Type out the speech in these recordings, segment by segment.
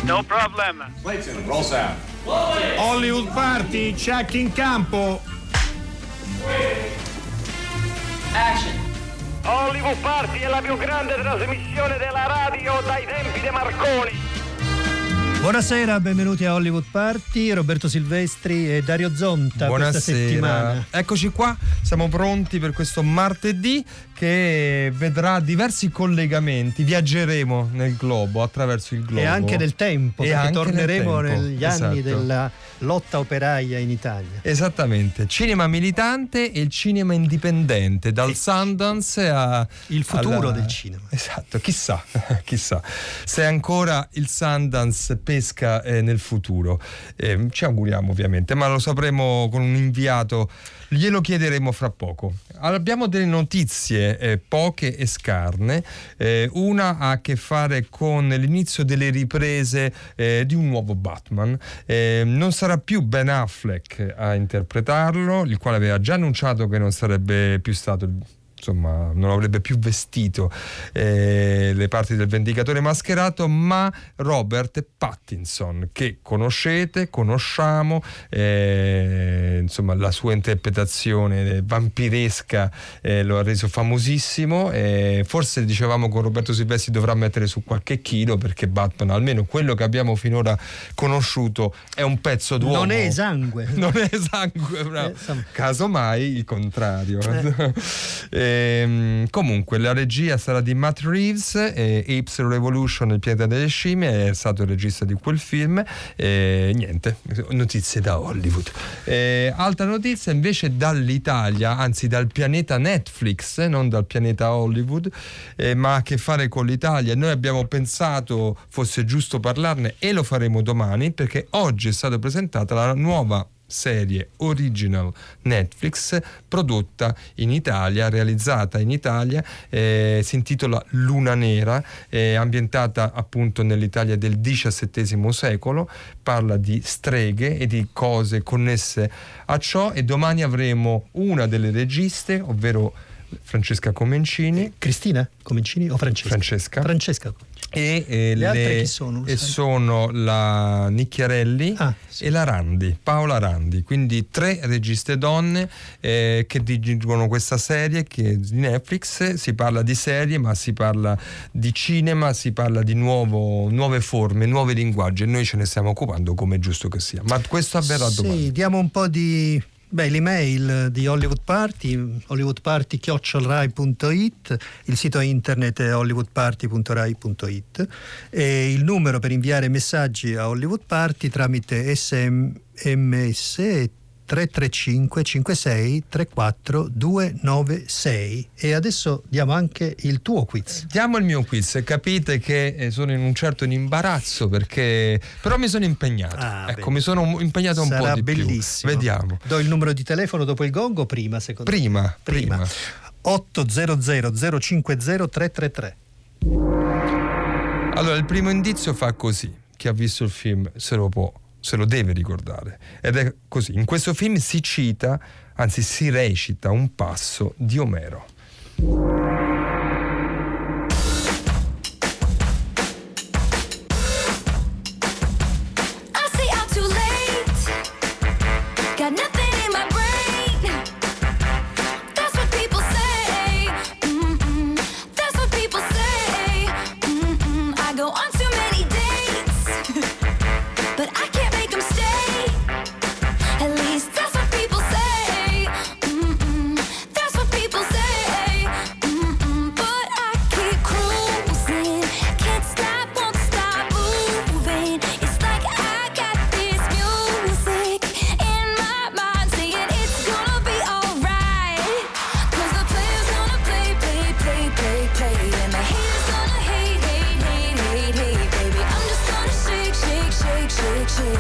No problem. Clayton, roll sound. Hollywood Party, check in campo. Action. Hollywood Party è la più grande trasmissione della radio dai tempi di Marconi. Buonasera, benvenuti a Hollywood Party, Roberto Silvestri e Dario Zonta. Buonasera. Questa settimana. Eccoci qua, siamo pronti per questo martedì che vedrà diversi collegamenti. Viaggeremo nel globo, attraverso il globo. E anche nel tempo, E perché anche torneremo nel tempo, negli anni esatto. della lotta operaia in Italia. Esattamente, cinema militante e il cinema indipendente, dal Sundance a... Il futuro del cinema. Esatto, chissà, chissà se ancora il Sundance pesca nel futuro. Ci auguriamo ovviamente, ma lo sapremo con un inviato, glielo chiederemo fra poco. Abbiamo delle notizie poche e scarne. Una ha a che fare con l'inizio delle riprese di un nuovo Batman. Non sarà più Ben Affleck a interpretarlo, il quale aveva già annunciato che non sarebbe più stato, insomma, non avrebbe più vestito le parti del Vendicatore mascherato, ma Robert Pattinson, che conosciamo, insomma, la sua interpretazione vampiresca lo ha reso famosissimo. Forse, dicevamo con Roberto Silvestri, dovrà mettere su qualche chilo, perché Batman, almeno quello che abbiamo finora conosciuto, è un pezzo d'uomo. Non è esangue. Non è esangue, bravo. Casomai il contrario. Comunque la regia sarà di Matt Reeves, Apes Revolution, il pianeta delle scimmie, è stato il regista di quel film. Niente, notizie da Hollywood. Altra notizia invece dall'Italia, anzi dal pianeta Netflix, non dal pianeta Hollywood, ma ha a che fare con l'Italia. Noi abbiamo pensato fosse giusto parlarne e lo faremo domani, perché oggi è stata presentata la nuova serie original Netflix prodotta in Italia, realizzata in Italia, si intitola Luna Nera, ambientata appunto nell'Italia del XVII secolo, parla di streghe e di cose connesse a ciò, e domani avremo una delle registe, ovvero Francesca Comencini. Cristina Comencini o Francesca? Francesca. E le altre chi sono? Sono la Nicchiarelli e la Randi, Paola Randi, quindi 3 registe donne che dirigono questa serie che di Netflix. Si parla di serie, ma si parla di cinema, si parla di nuove forme, nuovi linguaggi, e noi ce ne stiamo occupando come è giusto che sia. Ma questo avverrà domani. Sì, diamo un po' di... l'email di Hollywood Party, hollywoodparty@rai.it, il sito internet è hollywoodparty.rai.it, e il numero per inviare messaggi a Hollywood Party tramite SMS è 335 56 34 296. E adesso diamo anche il tuo quiz. Diamo il mio quiz. Capite che sono in un certo imbarazzo, perché però mi sono impegnato. Ecco, mi sono impegnato un po' di bellissimo. più. Vediamo. Do il numero di telefono dopo il gong o prima, secondo Prima. 800 050 333. Allora, il primo indizio fa così: chi ha visto il film se lo deve ricordare, ed è così. In questo film si cita, anzi si recita un passo di Omero. shake,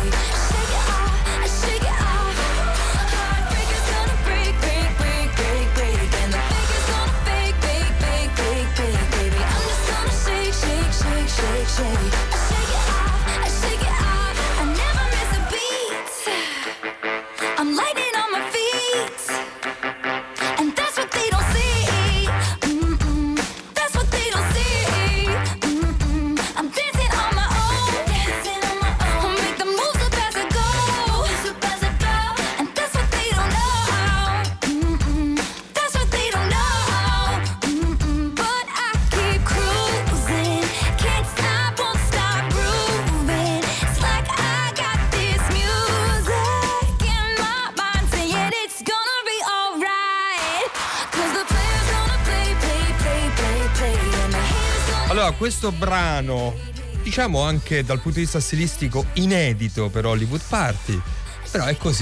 Allora, questo brano, diciamo anche dal punto di vista stilistico inedito per Hollywood Party, però è così,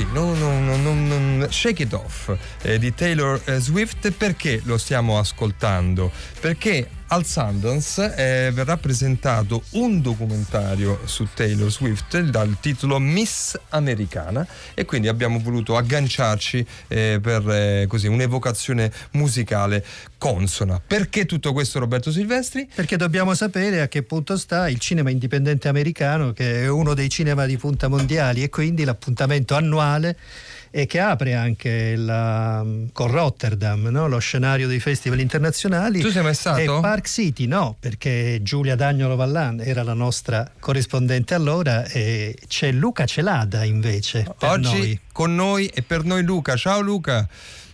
Shake It Off di Taylor Swift. Perché lo stiamo ascoltando? Perché al Sundance verrà presentato un documentario su Taylor Swift dal titolo Miss Americana, e quindi abbiamo voluto agganciarci per così un'evocazione musicale consona. Perché tutto questo, Roberto Silvestri? Perché dobbiamo sapere a che punto sta il cinema indipendente americano, che è uno dei cinema di punta mondiali, e quindi l'appuntamento annuale e che apre anche con Rotterdam, no? Lo scenario dei festival internazionali. Tu sei mai stato? E Park City no, perché Giulia Dagnolo Vallan era la nostra corrispondente allora, e c'è Luca Celada invece per oggi noi. Con noi e per noi Luca. Ciao Luca.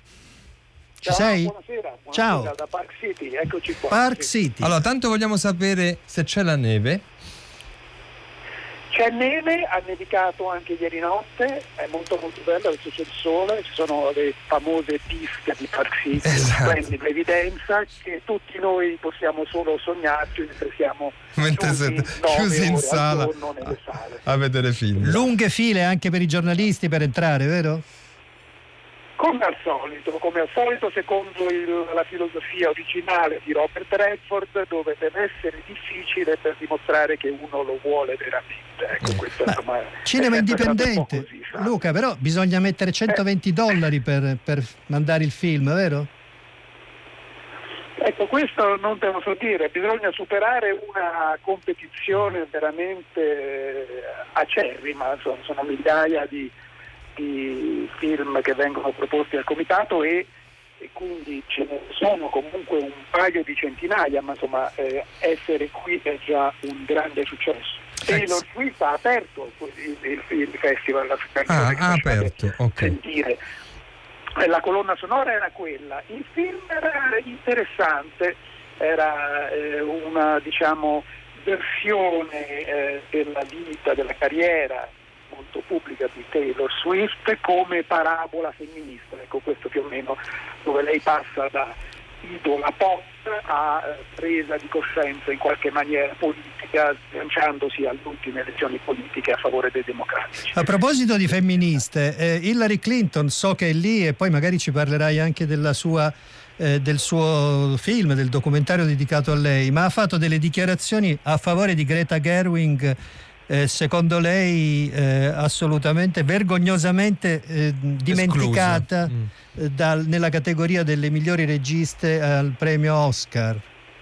Ci sei? Buonasera Ciao. da Park City, eccoci qua. Park Sì. City. Allora, tanto vogliamo sapere se c'è la neve. C'è neve, ha nevicato anche ieri notte, è molto molto bello, adesso c'è il sole, ci sono le famose piste di Park City, Esatto. quindi l'evidenza che tutti noi possiamo solo sognarci mentre siamo chiusi in sala nelle sale. a vedere film. Lunghe file anche per i giornalisti per entrare, vero? Come al solito secondo la filosofia originale di Robert Redford, dove deve essere difficile per dimostrare che uno lo vuole veramente. Ecco, questo insomma, cinema è indipendente, così, sa. Luca, però bisogna mettere $120 per mandare il film, vero? Ecco, questo non te lo so dire, bisogna superare una competizione veramente acerrima, sono migliaia di film che vengono proposti al comitato e quindi ce ne sono comunque un paio di centinaia, ma insomma essere qui è già un grande successo. Taylor Swift ha aperto il festival, ha aperto, ok. Sentire. La colonna sonora era quella, il film era interessante, era una versione della vita, della carriera molto pubblica di Taylor Swift come parabola femminista, ecco, questo più o meno, dove lei passa da idola pop a presa di coscienza in qualche maniera politica, lanciandosi alle ultime elezioni politiche a favore dei democratici. A proposito di femministe, Hillary Clinton so che è lì, e poi magari ci parlerai anche del suo film, del documentario dedicato a lei, ma ha fatto delle dichiarazioni a favore di Greta Gerwig, secondo lei assolutamente vergognosamente dimenticata nella categoria delle migliori registe al premio Oscar.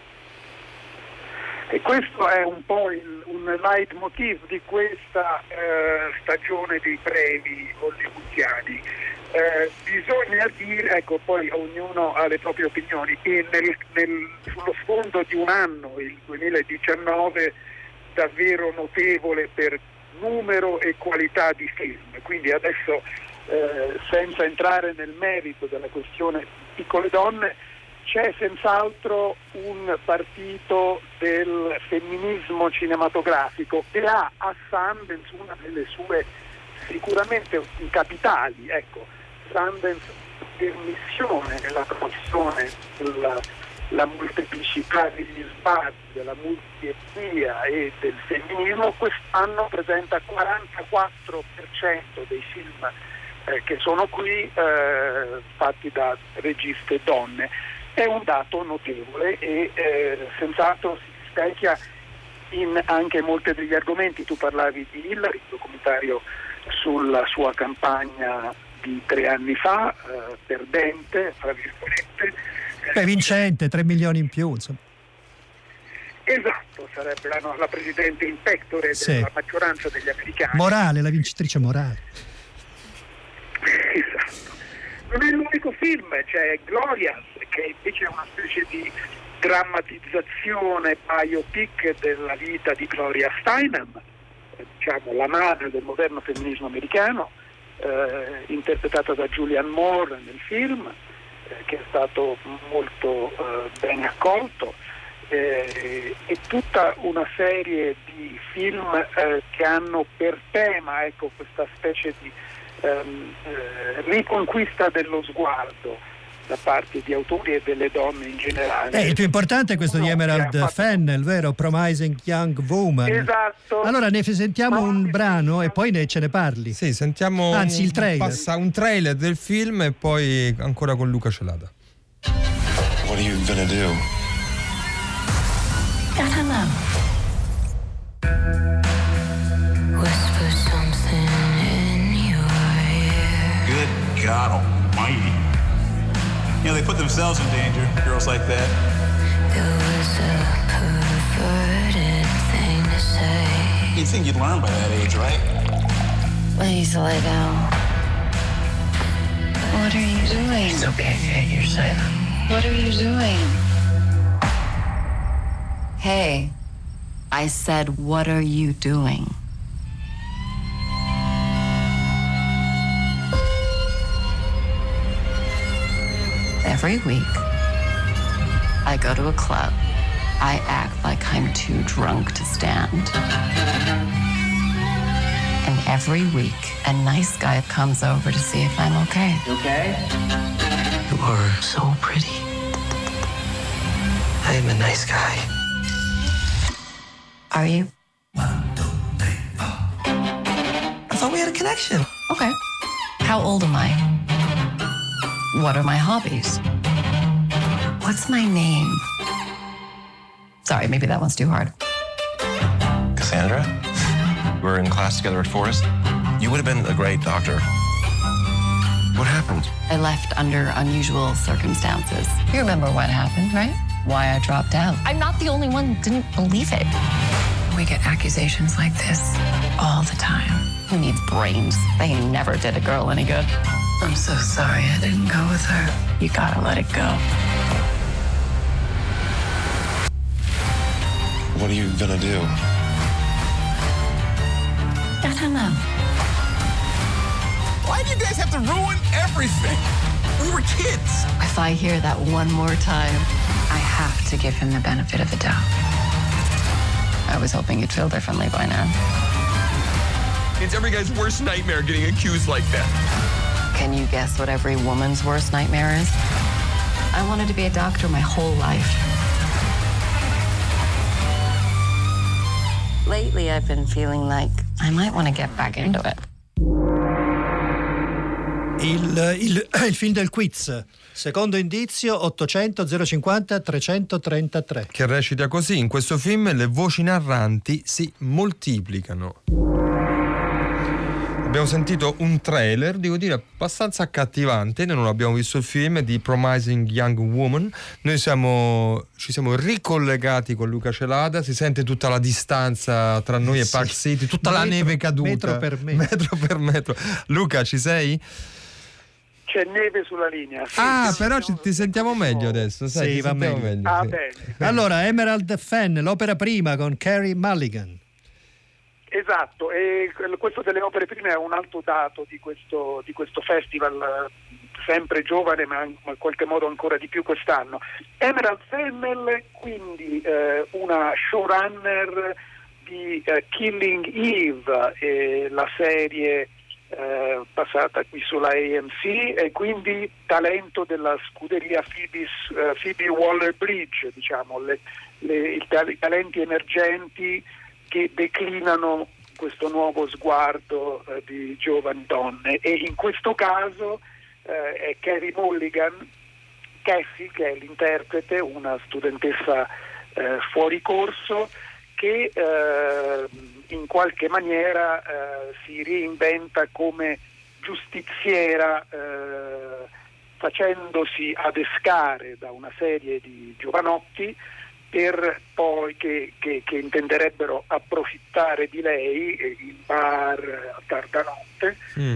E questo è un po' un leitmotiv di questa stagione dei premi hollywoodiani. Bisogna dire, ecco, poi ognuno ha le proprie opinioni, e sullo sfondo di un anno, il 2019, davvero notevole per numero e qualità di film, quindi adesso senza entrare nel merito della questione piccole donne, c'è senz'altro un partito del femminismo cinematografico che ha a Sundance una delle sue sicuramente capitali, ecco, Sundance per missione nella promozione la molteplicità degli spazi, della multietnia e del femminismo. Quest'anno presenta il 44% dei film che sono qui fatti da registe donne. È un dato notevole e senz'altro si specchia in anche molti degli argomenti. Tu parlavi di Hillary, il documentario sulla sua campagna di 3 anni fa, perdente, fra virgolette. Vincente, 3 milioni in più, insomma. Esatto, sarebbe la presidente in pectore della maggioranza degli americani. Morale, la vincitrice morale. Esatto. Non è l'unico film, c'è Glorious, che invece è una specie di drammatizzazione biopic della vita di Gloria Steinem, diciamo la madre del moderno femminismo americano, interpretata da Julianne Moore nel film, che è stato molto ben accolto, e tutta una serie di film che hanno per tema, ecco, questa specie di riconquista dello sguardo, da parte di autori e delle donne in generale. Il più importante è questo di Emerald Fennell, vero? Promising Young Woman. Esatto. Allora ne sentiamo un brano e poi ce ne parli. Sì, sentiamo il trailer. Un trailer del film e poi ancora con Luca Celada. What are you gonna do? I don't know. Whisper something in your ear. Good God Almighty. You know, they put themselves in danger, girls like that. It was a perverted thing to say. You'd think you'd learn by that age, right? Please lie down. What are you doing? It's okay, Kate, you're safe. What are you doing? Hey, I said, what are you doing? Every week, I go to a club. I act like I'm too drunk to stand. And every week, a nice guy comes over to see if I'm okay. You okay? You are so pretty. I am a nice guy. Are you? 1, 2, 3, 4. I thought we had a connection. Okay. How old am I? What are my hobbies? What's my name? Sorry, maybe that one's too hard. Cassandra? We were in class together at Forest. You would have been a great doctor. What happened? I left under unusual circumstances. You remember what happened, right? Why I dropped out. I'm not the only one who didn't believe it. We get accusations like this all the time. Who needs brains? They never did a girl any good. I'm so sorry I didn't go with her. You gotta let it go. What are you gonna do? I don't know. Why do you guys have to ruin everything? We were kids. If I hear that one more time, I have to give him the benefit of the doubt. I was hoping you'd feel differently by now. It's every guy's worst nightmare getting accused like that. Can you guess what every woman's worst nightmare is? I wanted to be a doctor my whole life. Lately, I've been feeling like I might want to get back into it. Il film del quiz. Secondo indizio 800 050 333. Che recita così: in questo film le voci narranti si moltiplicano. Abbiamo sentito un trailer, devo dire, abbastanza accattivante. Noi non abbiamo visto il film di Promising Young Woman. Noi ci siamo ricollegati con Luca Celada. Si sente tutta la distanza tra noi e Park City, tutta la neve caduta. Metro per metro. Metro per metro. Luca, ci sei? C'è neve sulla linea. Però ti sentiamo meglio adesso. Sai, sì, va meglio. Bene. Allora, Emerald Fennell, l'opera prima con Carey Mulligan. Esatto, e questo delle opere prime è un altro dato di questo festival, sempre giovane ma in qualche modo ancora di più quest'anno. Emerald Fennell, quindi una showrunner di Killing Eve, la serie passata qui sulla AMC, e quindi talento della scuderia Phoebe Waller-Bridge, diciamo, i talenti emergenti che declinano questo nuovo sguardo di giovani donne, e in questo caso è Carey Mulligan, Cassie, che è l'interprete, una studentessa fuori corso che in qualche maniera si reinventa come giustiziera, facendosi adescare da una serie di giovanotti per poi che intenderebbero approfittare di lei in bar a tarda notte,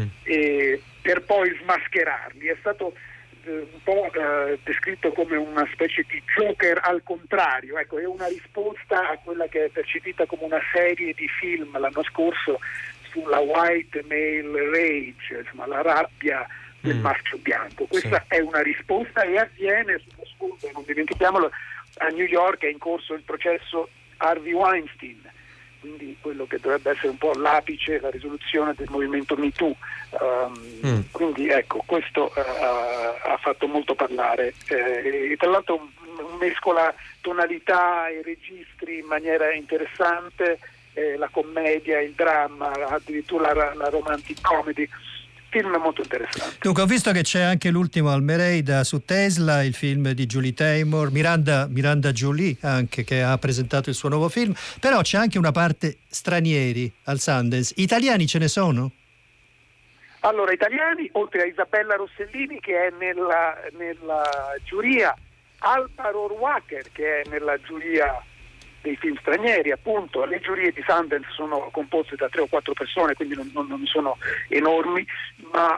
per poi smascherarli. È stato un po' descritto come una specie di Joker al contrario, ecco, è una risposta a quella che è percepita come una serie di film l'anno scorso sulla white male rage, insomma la rabbia del maschio bianco. Questa è una risposta e avviene sullo sfondo, non dimentichiamolo. A New York è in corso il processo Harvey Weinstein, quindi quello che dovrebbe essere un po' l'apice, la risoluzione del movimento Me Too. Quindi ecco, questo ha fatto molto parlare, e tra l'altro mescola tonalità e registri in maniera interessante, la commedia, il dramma, addirittura la romantic comedy. Film molto interessante. Dunque, ho visto che c'è anche l'ultimo Almeida su Tesla, il film di Julie Taymor, Miranda Jolie anche, che ha presentato il suo nuovo film, però c'è anche una parte stranieri al Sundance. Italiani ce ne sono? Allora, italiani, oltre a Isabella Rossellini che è nella giuria, Alvaro Ruacher che è nella giuria dei film stranieri, appunto. Le giurie di Sundance sono composte da 3 o 4 persone, quindi non sono enormi, ma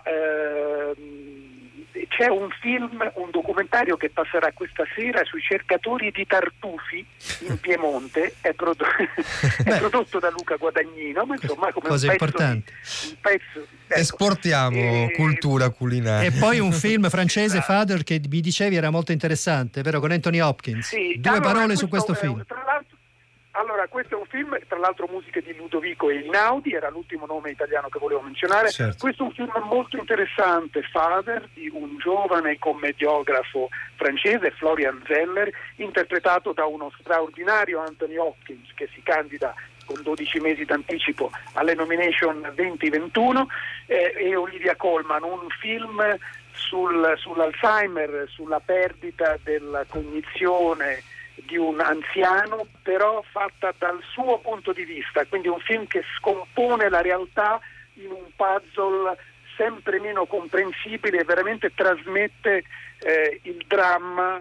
c'è un documentario che passerà questa sera sui cercatori di tartufi in Piemonte, è prodotto da Luca Guadagnino, ma insomma come cosa importante. Un pezzo, ecco. Esportiamo cultura culinaria. E poi un film francese, Father, che mi dicevi era molto interessante, vero? Con Anthony Hopkins. Sì, Due parole su questo film. Allora, questo è un film, tra l'altro musiche di Ludovico Einaudi, era l'ultimo nome italiano che volevo menzionare. Certo. Questo è un film molto interessante, Father, di un giovane commediografo francese, Florian Zeller, interpretato da uno straordinario Anthony Hopkins, che si candida con 12 mesi d'anticipo alle nomination 2021, e Olivia Colman, un film sull'Alzheimer, sulla perdita della cognizione di un anziano, però fatta dal suo punto di vista, quindi un film che scompone la realtà in un puzzle sempre meno comprensibile e veramente trasmette il dramma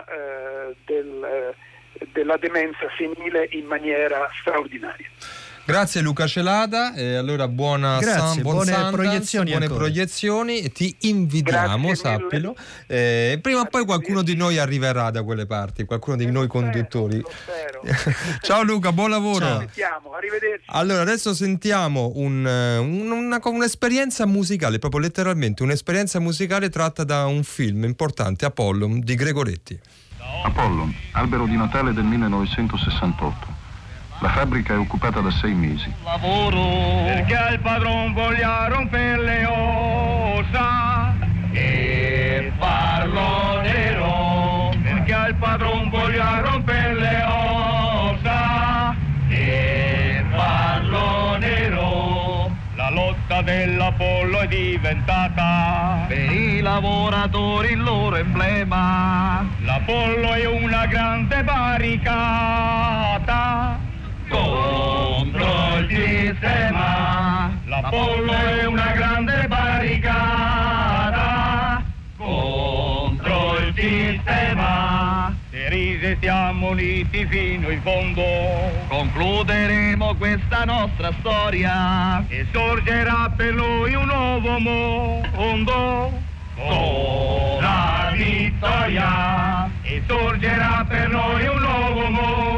della demenza senile in maniera straordinaria. Grazie Luca Celada, allora buone proiezioni, e ti invitiamo, sappilo. Prima o poi qualcuno di noi arriverà da quelle parti, qualcuno di noi conduttori. Lo spero. Ciao Luca, buon lavoro. Arrivederci. Allora adesso sentiamo un'esperienza musicale, proprio letteralmente un'esperienza musicale tratta da un film importante, Apollon di Gregoretti. Apollon, albero di Natale del 1968. La fabbrica è occupata da 6 mesi. Lavoro perché il padron voglia romper le ossa e farlo nero, perché il padron voglia romper le ossa e farlo nero. La lotta dell'Apollo è diventata per i lavoratori il loro emblema. L'Apollo è una grande barricata contro il sistema. L'Apollo è una grande barricata contro il sistema. Se resistiamo uniti fino in fondo, concluderemo questa nostra storia e sorgerà per noi un nuovo mondo. Con la vittoria e sorgerà per noi un nuovo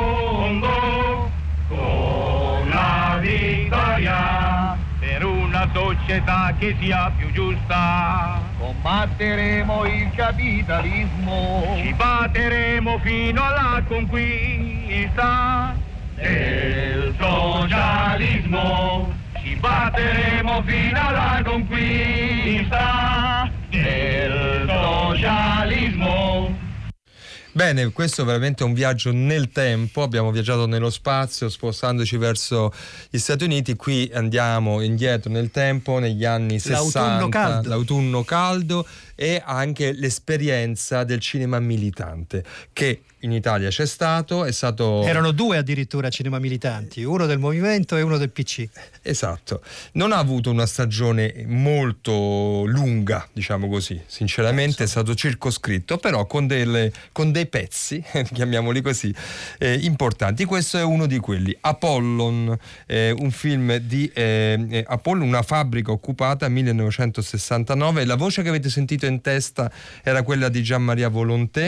mondo. Con la vittoria per una società che sia più giusta. Combatteremo il capitalismo, ci batteremo fino alla conquista del socialismo. Ci batteremo fino alla conquista del socialismo. Bene, questo è veramente un viaggio nel tempo, abbiamo viaggiato nello spazio spostandoci verso gli Stati Uniti, qui andiamo indietro nel tempo, negli anni 60, l'autunno caldo e anche l'esperienza del cinema militante che in Italia c'è stato, erano 2 addirittura cinema militanti, uno del movimento e uno del PC. Esatto, non ha avuto una stagione molto lunga, diciamo così, sinceramente è stato circoscritto, però con dei pezzi, chiamiamoli così, importanti. Questo è uno di quelli, Apollon, un film di Apollon, una fabbrica occupata, 1969. La voce che avete sentito in testa era quella di Gian Maria Volonté.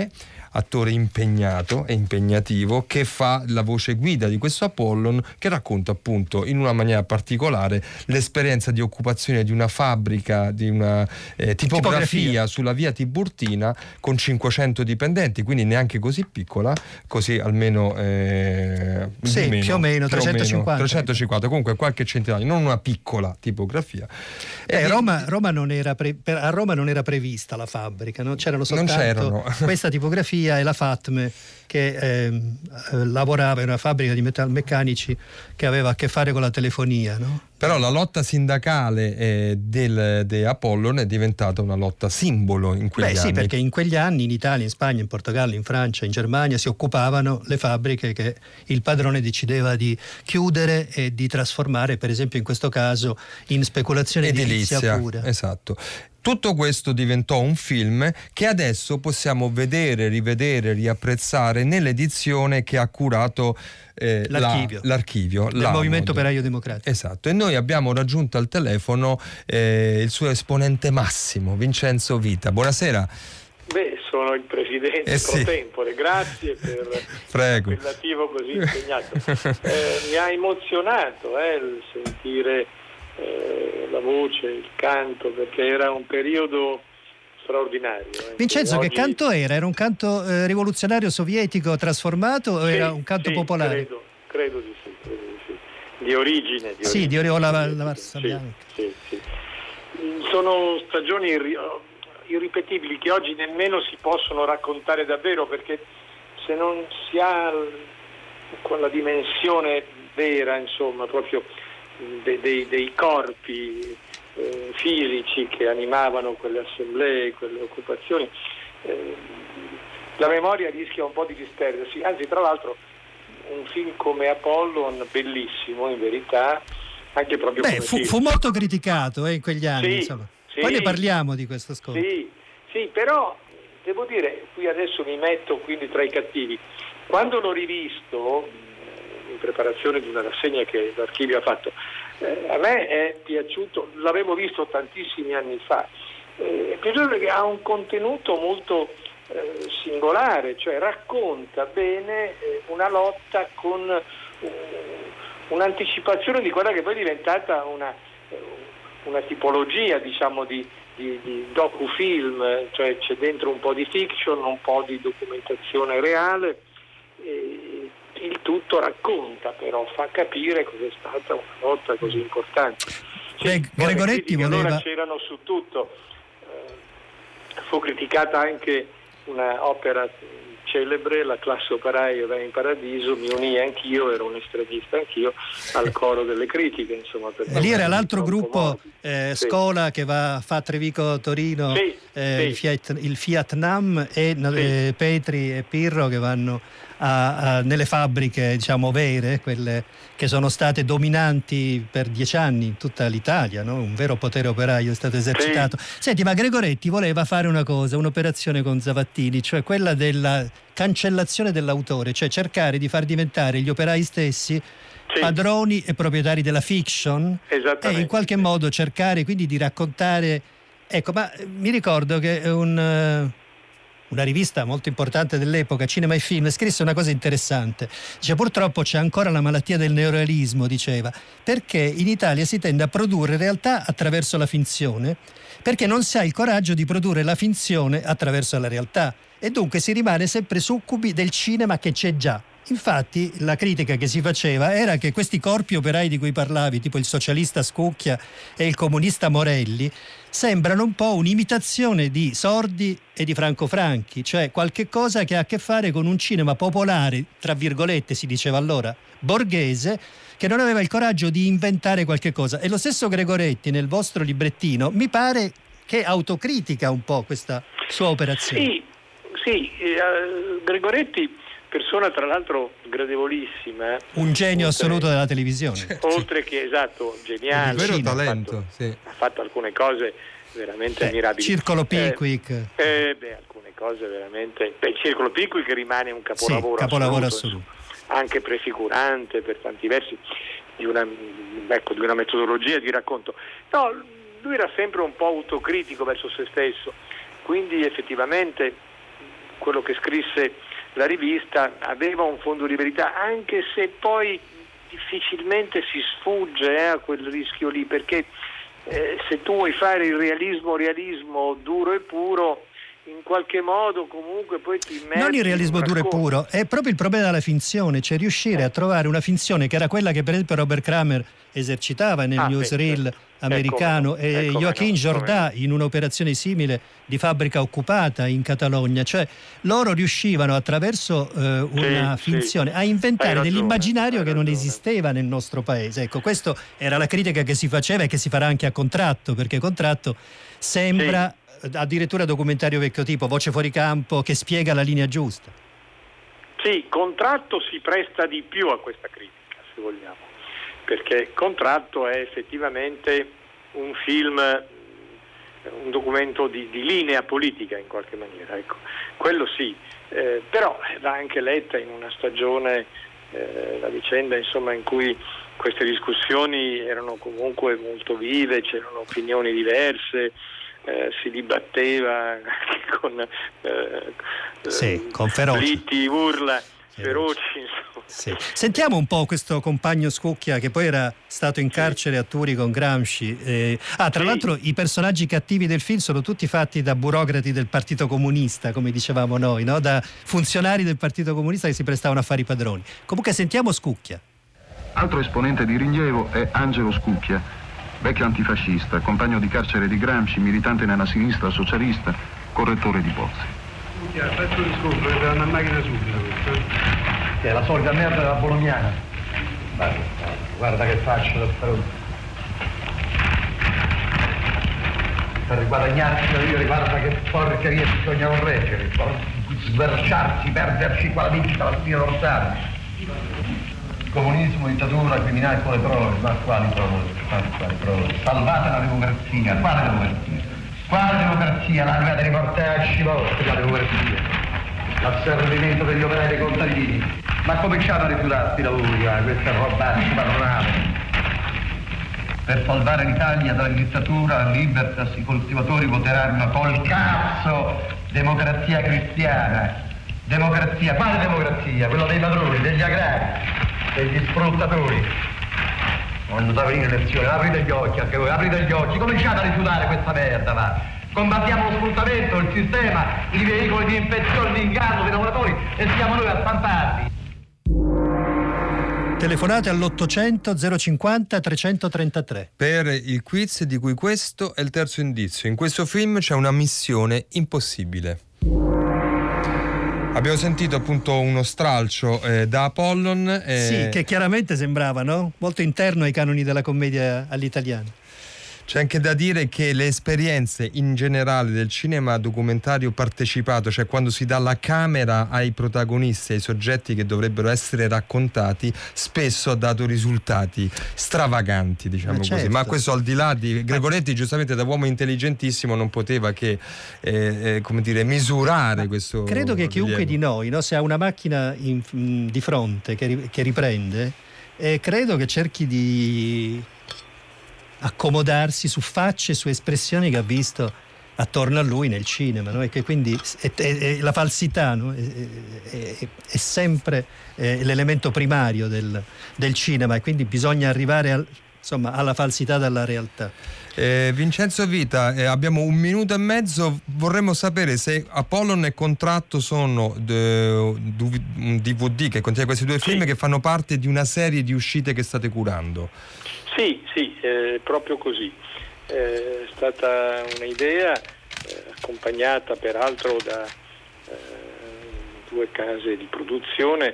attore impegnato e impegnativo, che fa la voce guida di questo Apollon, che racconta appunto in una maniera particolare l'esperienza di occupazione di una fabbrica, di una tipografia sulla via Tiburtina con 500 dipendenti, quindi neanche così piccola, così almeno più o meno 350, comunque qualche centinaio, non una piccola tipografia. A Roma non era prevista la fabbrica, no? C'erano soltanto questa tipografia e la Fatme, che lavorava in una fabbrica di metalmeccanici che aveva a che fare con la telefonia, no? Però la lotta sindacale di Apollon è diventata una lotta simbolo in quegli anni. Sì, perché in quegli anni in Italia, in Spagna, in Portogallo, in Francia, in Germania si occupavano le fabbriche che il padrone decideva di chiudere e di trasformare, per esempio in questo caso, in speculazione edilizia pura. Esatto. Tutto questo diventò un film che adesso possiamo vedere, rivedere, riapprezzare nell'edizione che ha curato l'archivio del Movimento Operaio Democratico. Esatto, e noi abbiamo raggiunto al telefono il suo esponente massimo, Vincenzo Vita. Buonasera. Sono il presidente pro tempore, grazie per l'appellativo così impegnato. Mi ha emozionato il sentire la voce, il canto, perché era un periodo straordinario. Vincenzo, che canto era? Era un canto rivoluzionario sovietico trasformato o era un canto popolare? Credo di sì. Di origine. La Marsa Bianca. Sì. Sono stagioni irripetibili che oggi nemmeno si possono raccontare davvero, perché se non si ha quella dimensione vera, insomma, proprio dei corpi fisici che animavano quelle assemblee, quelle occupazioni, la memoria rischia un po' di disperdersi. Anzi, tra l'altro, un film come Apollon, bellissimo in verità, anche proprio come fu molto criticato in quegli anni, insomma. Poi ne parliamo di questo scontro. Sì, però devo dire, qui adesso mi metto quindi tra i cattivi. Quando l'ho rivisto in preparazione di una rassegna che l'archivio ha fatto, a me è piaciuto, l'avevo visto tantissimi anni fa, è piaciuto perché ha un contenuto molto singolare, cioè racconta bene una lotta con un'anticipazione di quella che poi è diventata una tipologia, diciamo, di docufilm, cioè c'è dentro un po' di fiction, un po' di documentazione reale, il tutto racconta, però fa capire cos'è stata una lotta così importante. Gregoretti voleva... Allora c'erano su tutto, fu criticata anche una opera celebre, La classe operaia va in paradiso, mi unii anch'io, ero un estremista anch'io, al coro delle critiche, insomma. Lì era l'altro gruppo, Scola, che fa a Trevico Torino, il Fiat Nam, e Petri e Pirro che vanno nelle fabbriche, diciamo, vere, quelle che sono state dominanti per 10 anni in tutta l'Italia, no? Un vero potere operaio è stato esercitato. Senti, ma Gregoretti voleva fare un'operazione con Zavattini, cioè quella della cancellazione dell'autore, cioè cercare di far diventare gli operai stessi padroni e proprietari della fiction, e in qualche modo cercare quindi di raccontare. Ecco, ma mi ricordo che una rivista molto importante dell'epoca, Cinema e Film, scrisse una cosa interessante. Dice: purtroppo c'è ancora la malattia del neorealismo, diceva, perché in Italia si tende a produrre realtà attraverso la finzione, perché non si ha il coraggio di produrre la finzione attraverso la realtà, e dunque si rimane sempre succubi del cinema che c'è già. Infatti la critica che si faceva era che questi corpi operai di cui parlavi, tipo il socialista Scucchia e il comunista Morelli, sembrano un po' un'imitazione di Sordi e di Franco Franchi, cioè qualche cosa che ha a che fare con un cinema popolare, tra virgolette si diceva allora, borghese, che non aveva il coraggio di inventare qualche cosa. E lo stesso Gregoretti nel vostro librettino mi pare che autocritica un po' questa sua operazione. Sì, Gregoretti, persona tra l'altro gradevolissima, un genio assoluto della televisione, oltre che geniale, vero talento, ha fatto alcune cose veramente ammirabili. Circolo Pickwick, alcune cose veramente, Circolo Pickwick rimane un capolavoro assoluto, anche prefigurante per tanti versi di una metodologia di racconto. No, lui era sempre un po' autocritico verso se stesso, quindi effettivamente quello che scrisse la rivista aveva un fondo di verità, anche se poi difficilmente si sfugge a quel rischio lì, perché se tu vuoi fare il realismo duro e puro, in qualche modo comunque poi ti immergi. Non il realismo duro e puro, è proprio il problema della finzione, cioè riuscire a trovare una finzione che era quella che per esempio Robert Kramer esercitava nel newsreel americano e Joaquin Jordat in un'operazione simile di fabbrica occupata in Catalogna, cioè loro riuscivano attraverso una finzione a inventare dell'immaginario che non esisteva nel nostro paese. Ecco, questa era la critica che si faceva e che si farà anche a Contratto, perché Contratto sembra addirittura documentario vecchio tipo, Voce fuori campo, che spiega la linea giusta. Sì, Contratto si presta di più a questa critica, se vogliamo, perché Contratto è effettivamente un film, un documento di linea politica in qualche maniera, ecco, quello sì, però va anche letta in una stagione, la vicenda insomma in cui queste discussioni erano comunque molto vive, c'erano opinioni diverse, si dibatteva con ferocia, liti, urla feroci, sì. Sentiamo un po' questo compagno Scucchia che poi era stato in carcere a Turi con Gramsci. Tra l'altro i personaggi cattivi del film sono tutti fatti da burocrati del Partito Comunista, come dicevamo noi, no? Da funzionari del Partito Comunista che si prestavano a fare i padroni. Comunque sentiamo Scucchia. Altro esponente di rilievo è Angelo Scucchia, vecchio antifascista, compagno di carcere di Gramsci, militante nella sinistra socialista, correttore di bozze. Faccio un riscontro, è una macchina subito questa. Che è la solita merda della bolognana. Guarda che faccio da fronte. Per riguadagnarsi la vita, guarda che porcheria bisogna correggere. Sverciarsi, perderci qua la vincita, la spina dorsale. Comunismo, dittatura, criminali con le prove, ma quali prove? Salvate la democrazia, quale democrazia? Quale democrazia? L'arma dei mortacci vostri, la democrazia. L'asservimento degli operai dei contadini. Ma cominciamo a rifiutarsi da voi, questa robacci padronale. Per salvare l'Italia dalla dittatura, Libertas, i coltivatori voteranno col cazzo democrazia cristiana. Democrazia, quale democrazia? Quella dei padroni, degli agrari, degli sfruttatori. Non da venire lezione, aprite gli occhi anche voi, aprite gli occhi, cominciate a rifiutare questa merda, va. Combattiamo lo sfruttamento, il sistema, i veicoli di infezione, di inganno dei lavoratori e siamo noi a spantarli. Telefonate all'800 050 333. Per il quiz di cui questo è il terzo indizio. In questo film c'è una missione impossibile. Abbiamo sentito appunto uno stralcio da Apollon. Sì, che chiaramente sembrava, no? Molto interno ai canoni della commedia all'italiana. C'è anche da dire che le esperienze in generale del cinema documentario partecipato, cioè quando si dà la camera ai protagonisti, ai soggetti che dovrebbero essere raccontati, spesso ha dato risultati stravaganti, diciamo così. Ma questo al di là di Gregoretti, giustamente da uomo intelligentissimo non poteva che come dire, misurare questo. Credo che chiunque di noi, no, se ha una macchina di fronte che riprende, credo che cerchi di accomodarsi su facce, su espressioni che ha visto attorno a lui nel cinema, no? E che quindi la falsità, no? è sempre l'elemento primario del cinema, e quindi bisogna arrivare alla falsità dalla realtà. Vincenzo Vita, abbiamo 1 minuto e mezzo, vorremmo sapere se Apollon e Contratto sono un DVD che contiene questi 2 film che fanno parte di una serie di uscite che state curando. Sì, proprio così. È stata un'idea accompagnata peraltro da 2 case di produzione,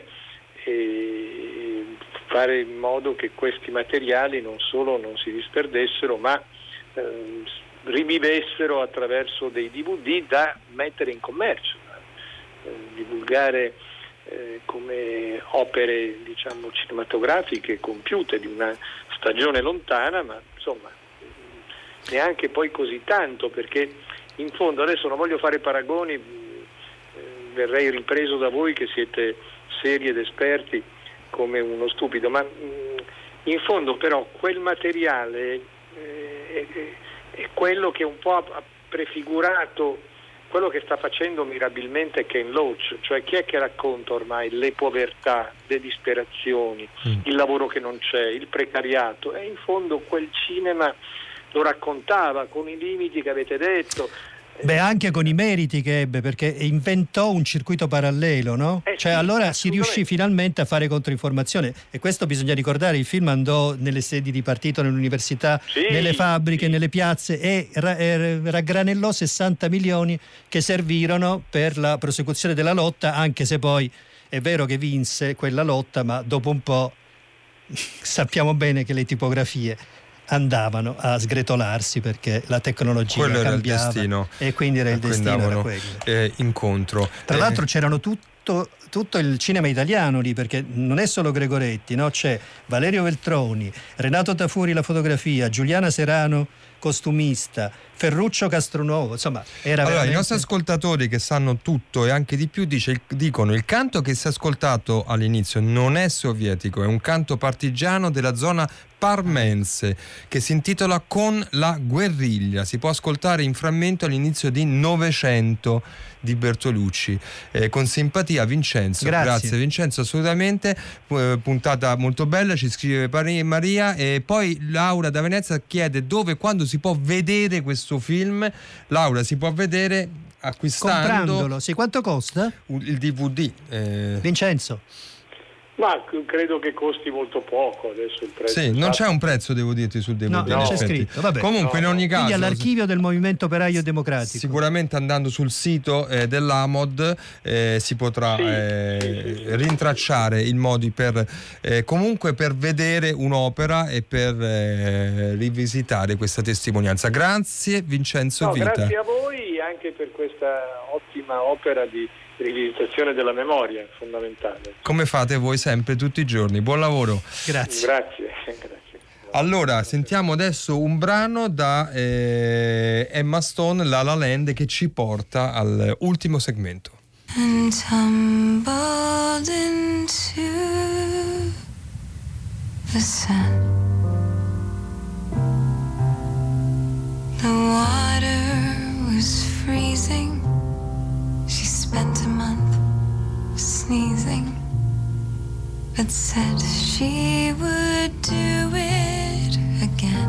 e fare in modo che questi materiali non solo non si disperdessero, ma rivivessero attraverso dei DVD da mettere in commercio, divulgare come opere, diciamo, cinematografiche compiute di una stagione lontana, ma insomma neanche poi così tanto, perché in fondo adesso non voglio fare paragoni, verrei ripreso da voi che siete seri ed esperti come uno stupido, ma in fondo però quel materiale è quello che un po' ha prefigurato quello che sta facendo mirabilmente Ken Loach, cioè chi è che racconta ormai le povertà, le disperazioni, il lavoro che non c'è, il precariato, e in fondo quel cinema lo raccontava con i limiti che avete detto. Beh, anche con i meriti che ebbe, perché inventò un circuito parallelo, no? Cioè sì, allora si riuscì finalmente a fare controinformazione, e questo bisogna ricordare. Il film andò nelle sedi di partito, nell'università, nelle fabbriche, nelle piazze, e raggranellò 60 milioni che servirono per la prosecuzione della lotta, anche se poi è vero che vinse quella lotta, ma dopo un po' sappiamo bene che le tipografie andavano a sgretolarsi perché la tecnologia quello cambiava, era il destino, e quindi era il destino, era quello. Incontro. Tra l'altro c'erano tutto il cinema italiano lì, perché non è solo Gregoretti, no? C'è Valerio Veltroni, Renato Tafuri la fotografia, Giuliana Serano costumista, Ferruccio Castronuovo, insomma era veramente... I nostri ascoltatori che sanno tutto e anche di più dicono: il canto che si è ascoltato all'inizio non è sovietico, è un canto partigiano della zona parmense che si intitola Con la guerriglia. Si può ascoltare in frammento all'inizio di Novecento di Bertolucci. Con simpatia Vincenzo. Grazie Vincenzo, assolutamente. Puntata molto bella, ci scrive Maria. E poi Laura da Venezia chiede dove e quando si può vedere questo film. Laura, si può vedere acquistando, comprandolo. Sì, quanto costa? Il DVD. Vincenzo. Ma credo che costi molto poco adesso il prezzo. Sì, non c'è un prezzo, devo dirti, sul DVD. No, non c'è scritto. Vabbè. Comunque, in ogni caso, quindi all'archivio del Movimento Operaio Democratico. Sicuramente andando sul sito dell'AMOD si potrà rintracciare i modi per comunque per vedere un'opera e per rivisitare questa testimonianza. Grazie Vincenzo Vita. Grazie a voi anche per questa ottima opera di rivisitazione della memoria, fondamentale. Come fate voi sempre, tutti i giorni. Buon lavoro. Grazie. Grazie. Allora, sentiamo adesso un brano da Emma Stone, La La Land, che ci porta all'ultimo segmento. And tumbled into the sun. The water was freezing. She spent a month sneezing, but said she would do it again.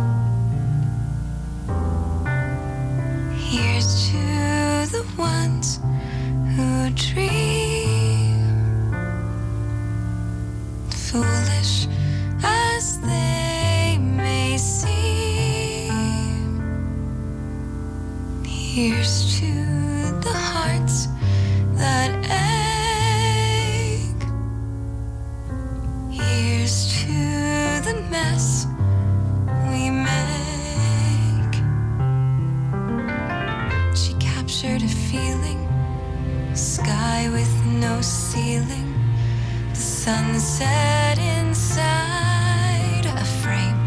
Here's to the ones who dream, foolish as they may seem. Here's to the hearts that ache. Here's to the mess we make. She captured a feeling, sky with no ceiling, the sunset inside a frame.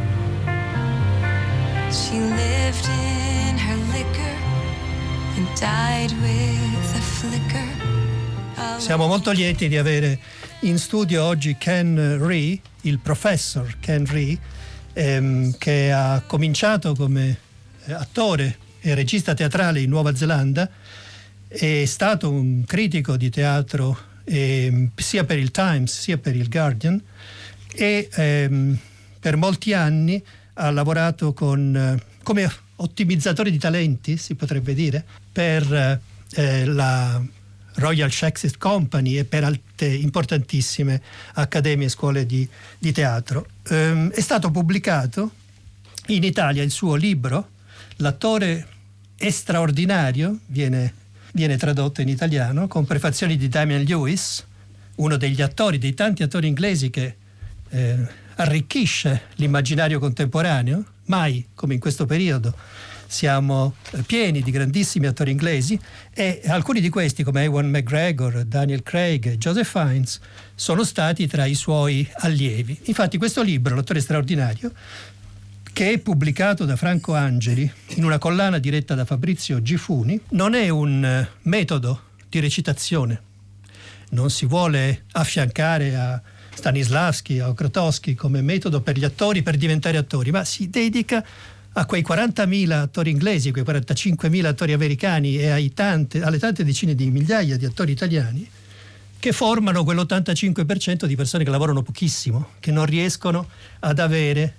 She lived in her liquor and died with a flicker. Siamo molto lieti di avere in studio oggi Ken Ree, il professor Ken Ree, che ha cominciato come attore e regista teatrale in Nuova Zelanda. È stato un critico di teatro sia per il Times sia per il Guardian, e per molti anni ha lavorato come ottimizzatore di talenti, si potrebbe dire, per la Royal Shakespeare Company e per altre importantissime accademie e scuole di teatro. È stato pubblicato in Italia il suo libro L'attore è straordinario, viene tradotto in italiano, con prefazioni di Damian Lewis, uno degli attori, dei tanti attori inglesi che arricchisce l'immaginario contemporaneo. Mai come in questo periodo siamo pieni di grandissimi attori inglesi, e alcuni di questi, come Ewan McGregor, Daniel Craig e Joseph Fiennes, sono stati tra i suoi allievi. Infatti questo libro, L'attore straordinario, che è pubblicato da Franco Angeli in una collana diretta da Fabrizio Gifuni, non è un metodo di recitazione. Non si vuole affiancare a Stanislavski o Grotowski come metodo per gli attori per diventare attori, ma si dedica a quei 40.000 attori inglesi, quei 45.000 attori americani e alle tante decine di migliaia di attori italiani che formano quell'85% di persone che lavorano pochissimo, che non riescono ad avere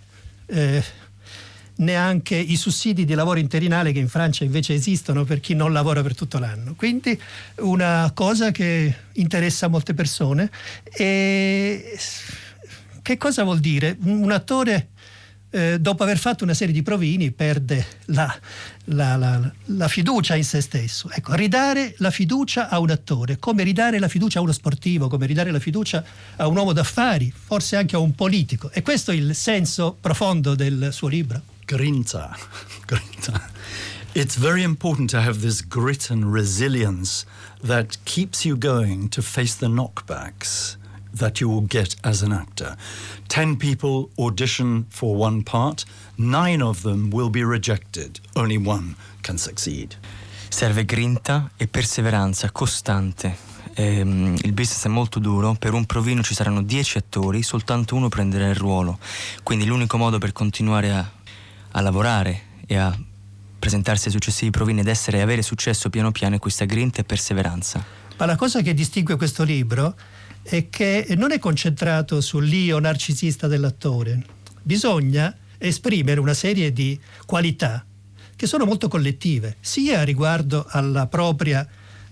neanche i sussidi di lavoro interinale che in Francia invece esistono per chi non lavora per tutto l'anno. Quindi una cosa che interessa molte persone. E che cosa vuol dire? Un attore dopo aver fatto una serie di provini perde la fiducia in se stesso. Ecco, ridare la fiducia a un attore, come ridare la fiducia a uno sportivo, come ridare la fiducia a un uomo d'affari, forse anche a un politico. E questo è il senso profondo del suo libro. Grinta. It's very important to have this grit and resilience that keeps you going to face the knockbacks that you will get as an actor. 10 people audition for one part, 9 of them will be rejected, only one can succeed. Serve grinta e perseveranza costante. Il business è molto duro, per un provino ci saranno 10 attori, soltanto uno prenderà il ruolo, quindi l'unico modo per continuare a lavorare e a presentarsi ai successivi provini ed avere successo piano piano è questa grinta e perseveranza. Ma la cosa che distingue questo libro è che non è concentrato sull'io narcisista dell'attore. Bisogna esprimere una serie di qualità che sono molto collettive, sia riguardo alla propria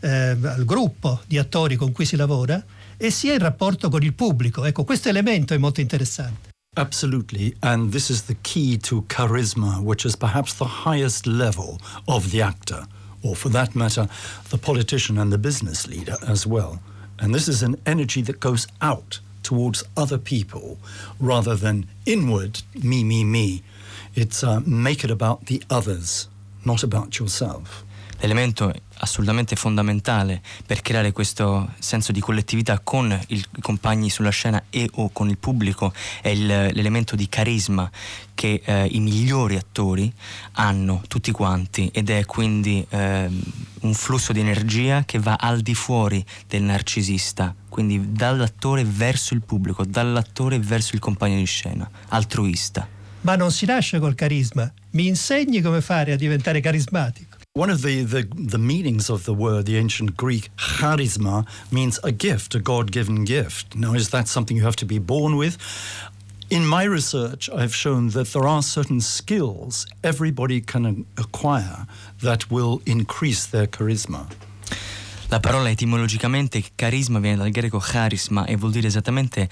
al gruppo di attori con cui si lavora e sia in rapporto con il pubblico. Ecco, questo elemento è molto interessante. Absolutely, and this is the key to charisma, which is perhaps the highest level of the actor, or for that matter, the politician and the business leader as well. And this is an energy that goes out towards other people rather than inward, me. It's make it about the others, not about yourself. L'elemento assolutamente fondamentale per creare questo senso di collettività con i compagni sulla scena e o con il pubblico è l'elemento di carisma che i migliori attori hanno tutti quanti, ed è quindi un flusso di energia che va al di fuori del narcisista, quindi dall'attore verso il pubblico, dall'attore verso il compagno di scena, altruista. Ma non si nasce col carisma. Mi insegni come fare a diventare carismatico? One of the meanings of the word, the ancient Greek, charisma, means a gift, a God-given gift. Now, is that something you have to be born with? In my research, I've shown that there are certain skills everybody can acquire that will increase their charisma. La parola etimologicamente carisma viene dal greco charisma e vuol dire esattamente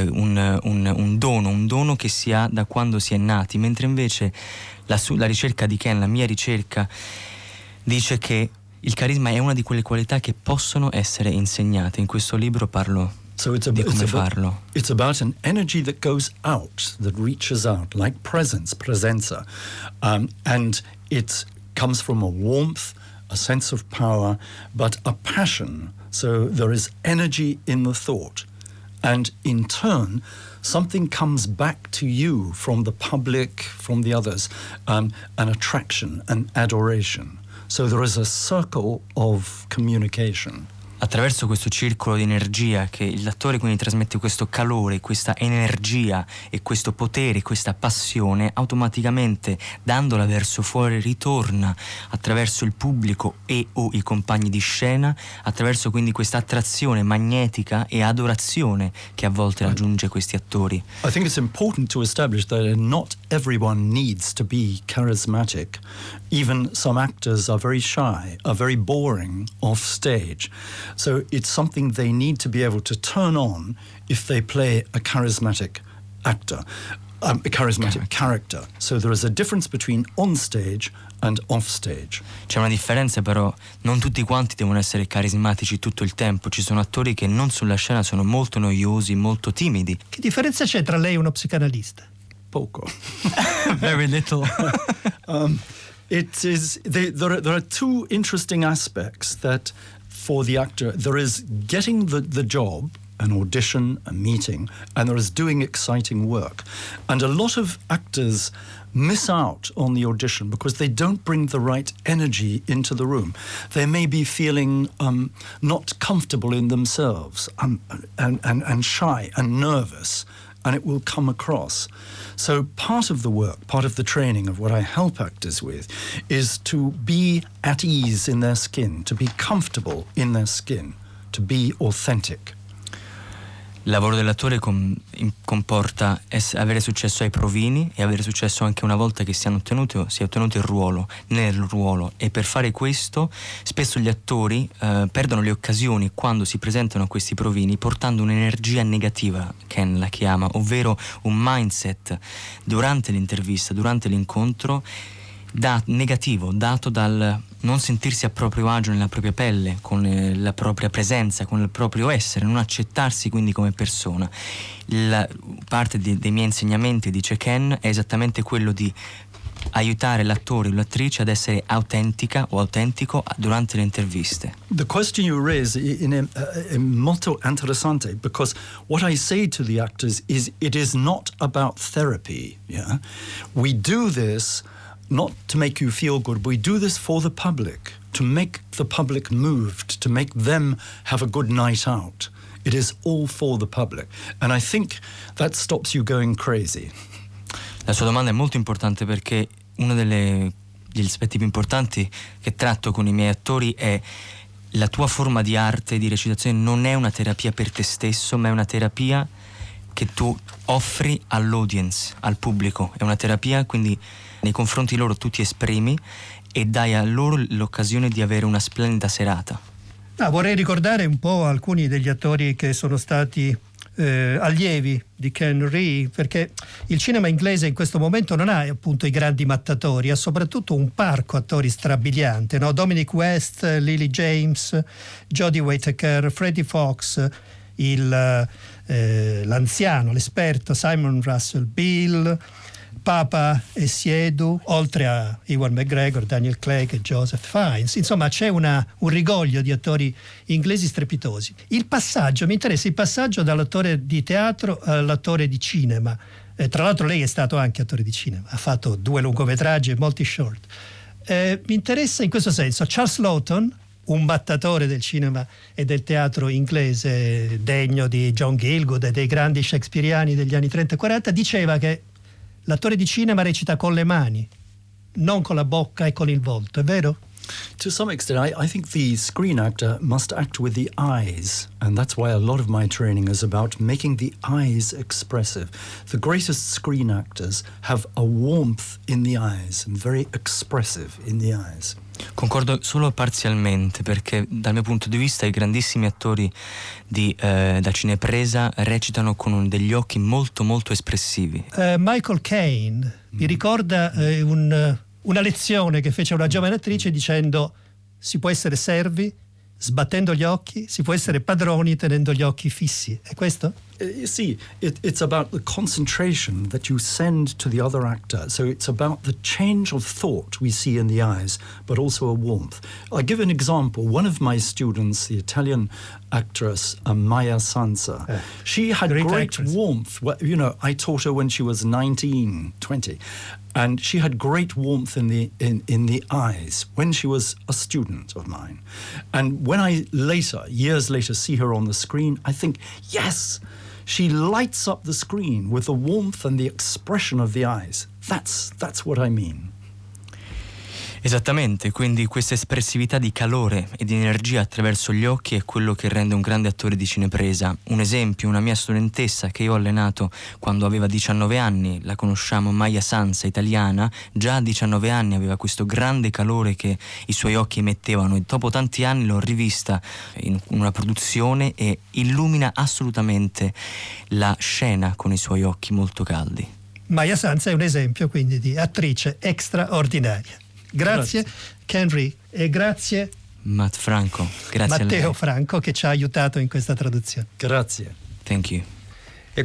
un dono che si ha da quando si è nati, mentre invece la ricerca di Ken, la mia ricerca, dice che il carisma è una di quelle qualità che possono essere insegnate. In questo libro parlo di come farlo. It's about an energy that goes out, that reaches out, like presenza, and it comes from a warmth, a sense of power, but a passion. So there is energy in the thought, and in turn something comes back to you from the public, from the others, an attraction, an adoration. So there is a circle of communication. Attraverso questo circolo di energia che l'attore quindi trasmette questo calore, questa energia e questo potere, questa passione, automaticamente dandola verso fuori ritorna attraverso il pubblico e o i compagni di scena, attraverso quindi questa attrazione magnetica e adorazione che a volte raggiunge questi attori. I think it's important to establish that not everyone needs to be charismatic. Even some actors are very shy, are very boring off stage. So it's something they need to be able to turn on if they play a charismatic actor, a charismatic character. So there is a difference between on stage and off stage. C'è una differenza, però non tutti quanti devono essere carismatici tutto il tempo. Ci sono attori che non sulla scena sono molto noiosi, molto timidi. Che differenza c'è tra lei e uno psicanalista? Poco. Very little. It is there are two interesting aspects that for the actor. There is getting the job, an audition, a meeting, and there is doing exciting work. And a lot of actors miss out on the audition because they don't bring the right energy into the room. They may be feeling not comfortable in themselves and shy and nervous and it will come across. So part of the work, part of the training of what I help actors with is to be at ease in their skin, to be comfortable in their skin, to be authentic. Il lavoro dell'attore comporta avere successo ai provini e avere successo anche una volta che sia ottenuto il ruolo, nel ruolo, e per fare questo spesso gli attori perdono le occasioni quando si presentano a questi provini portando un'energia negativa, Ken la chiama, ovvero un mindset durante l'intervista, durante l'incontro negativo, dato dal non sentirsi a proprio agio nella propria pelle, con la propria presenza, con il proprio essere, non accettarsi quindi come persona. La parte dei miei insegnamenti, dice Ken, è esattamente quello di aiutare l'attore o l'attrice ad essere autentica o autentico durante le interviste. The question you raise è molto interessante, because what I say to the actors is it is not about therapy. Yeah? We do this not to make you feel good. We do this for the public, to make the public moved, to make them have a good night out. It is all for the public. And I think that stops you going crazy. La sua domanda è molto importante, perché uno degli aspetti più importanti che tratto con i miei attori è: la tua forma di arte, di recitazione, non è una terapia per te stesso, ma è una terapia che tu offri all'audience, al pubblico. È una terapia, quindi nei confronti loro tu ti esprimi e dai a loro l'occasione di avere una splendida serata. Vorrei ricordare un po' alcuni degli attori che sono stati allievi di Ken Ree, perché il cinema inglese in questo momento non ha appunto i grandi mattatori, ha soprattutto un parco attori strabiliante, no? Dominic West, Lily James, Jodie Whittaker, Freddie Fox, l'anziano, l'esperto Simon Russell Beale, Papa Essiedu, oltre a Ewan McGregor, Daniel Craig e Joseph Fiennes. Insomma, c'è un rigoglio di attori inglesi strepitosi. Mi interessa il passaggio dall'attore di teatro all'attore di cinema. Tra l'altro lei è stato anche attore di cinema, ha fatto 2 lungometraggi e molti short. Mi interessa in questo senso Charles Laughton, un mattatore del cinema e del teatro inglese degno di John Gielgud e dei grandi shakespeariani degli anni 30 e 40, diceva che l'attore di cinema recita con le mani, non con la bocca e con il volto, è vero? To some extent, I think the screen actor must act with the eyes, and that's why a lot of my training is about making the eyes expressive. The greatest screen actors have a warmth in the eyes and very expressive in the eyes. Concordo solo parzialmente, perché dal mio punto di vista i grandissimi attori da cinepresa recitano con degli occhi molto molto espressivi. Michael Caine mi ricorda una lezione che fece una giovane attrice dicendo: si può essere servi sbattendo gli occhi, si può essere padroni tenendo gli occhi fissi. È questo? You see, it's about the concentration that you send to the other actor. So it's about the change of thought we see in the eyes, but also a warmth. I'll give an example. One of my students, the Italian actress Maya Sansa, she had great warmth. You know, I taught her when she was 19, 20. And she had great warmth in the eyes when she was a student of mine. And when I years later, see her on the screen, I think, yes, she lights up the screen with the warmth and the expression of the eyes. That's what I mean. Esattamente, quindi questa espressività di calore e di energia attraverso gli occhi è quello che rende un grande attore di cinepresa. Un esempio, una mia studentessa che io ho allenato quando aveva 19 anni, la conosciamo, Maya Sansa, italiana, già a 19 anni aveva questo grande calore che i suoi occhi emettevano, e dopo tanti anni l'ho rivista in una produzione e illumina assolutamente la scena con i suoi occhi molto caldi. Maya Sansa è un esempio quindi di attrice straordinaria. Grazie Ken Ree e grazie Matt Franco, grazie Matteo Franco che ci ha aiutato in questa traduzione. Grazie. Thank you. E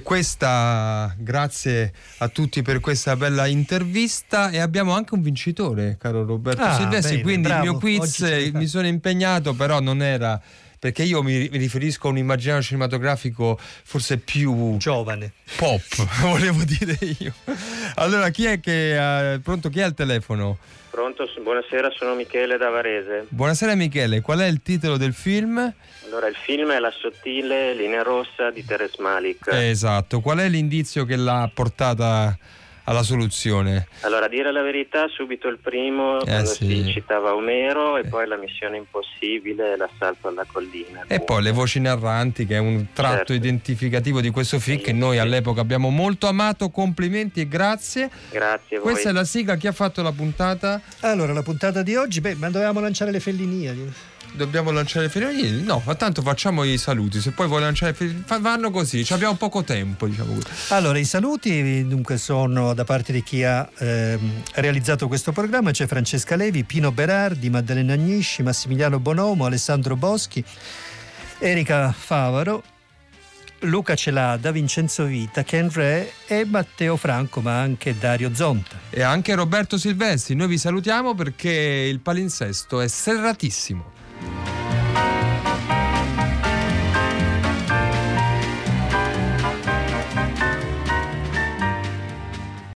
grazie a tutti per questa bella intervista, e abbiamo anche un vincitore, caro Roberto Silvestri, bene, quindi bravo. Il mio quiz mi sono impegnato, però non era perché io mi riferisco a un immaginario cinematografico forse più giovane, pop, volevo dire io. Allora, chi è che pronto? Chi è al telefono? Pronto, buonasera, sono Michele da Varese. Buonasera Michele, qual è il titolo del film? Allora, il film è La sottile linea rossa di Terrence Malick. Esatto, qual è l'indizio che l'ha portata alla soluzione? Allora, a dire la verità, subito il primo, quando si citava Omero, e poi La missione impossibile e L'assalto alla collina. E poi Le voci narranti, che è un tratto identificativo di questo film che noi all'epoca abbiamo molto amato. Complimenti e grazie. Grazie a voi. Questa è la sigla. Chi ha fatto la puntata? Allora, la puntata di oggi, ma dovevamo lanciare le Felliniadi. Dobbiamo lanciare Felliniadi? No, ma tanto facciamo i saluti. Se poi vuoi lanciare vanno così, abbiamo poco tempo, diciamo così. Allora, i saluti dunque sono da parte di chi ha realizzato questo programma. C'è Francesca Levi, Pino Berardi, Maddalena Agnisci, Massimiliano Bonomo, Alessandro Boschi, Erika Favaro, Luca Celada, Vincenzo Vita, Ken Re e Matteo Franco, ma anche Dario Zonta. E anche Roberto Silvestri. Noi vi salutiamo perché il palinsesto è serratissimo.